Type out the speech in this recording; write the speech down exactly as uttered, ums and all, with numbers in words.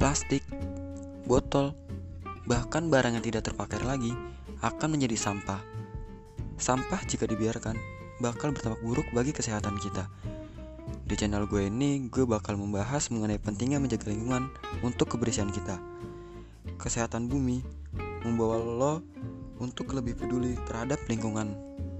plastik, botol, bahkan barang yang tidak terpakai lagi akan menjadi sampah. Sampah jika dibiarkan bakal berdampak buruk bagi kesehatan kita. Di channel gue ini, gue bakal membahas mengenai pentingnya menjaga lingkungan untuk kebersihan kita. Kesehatan bumi membawa lo untuk lebih peduli terhadap lingkungan.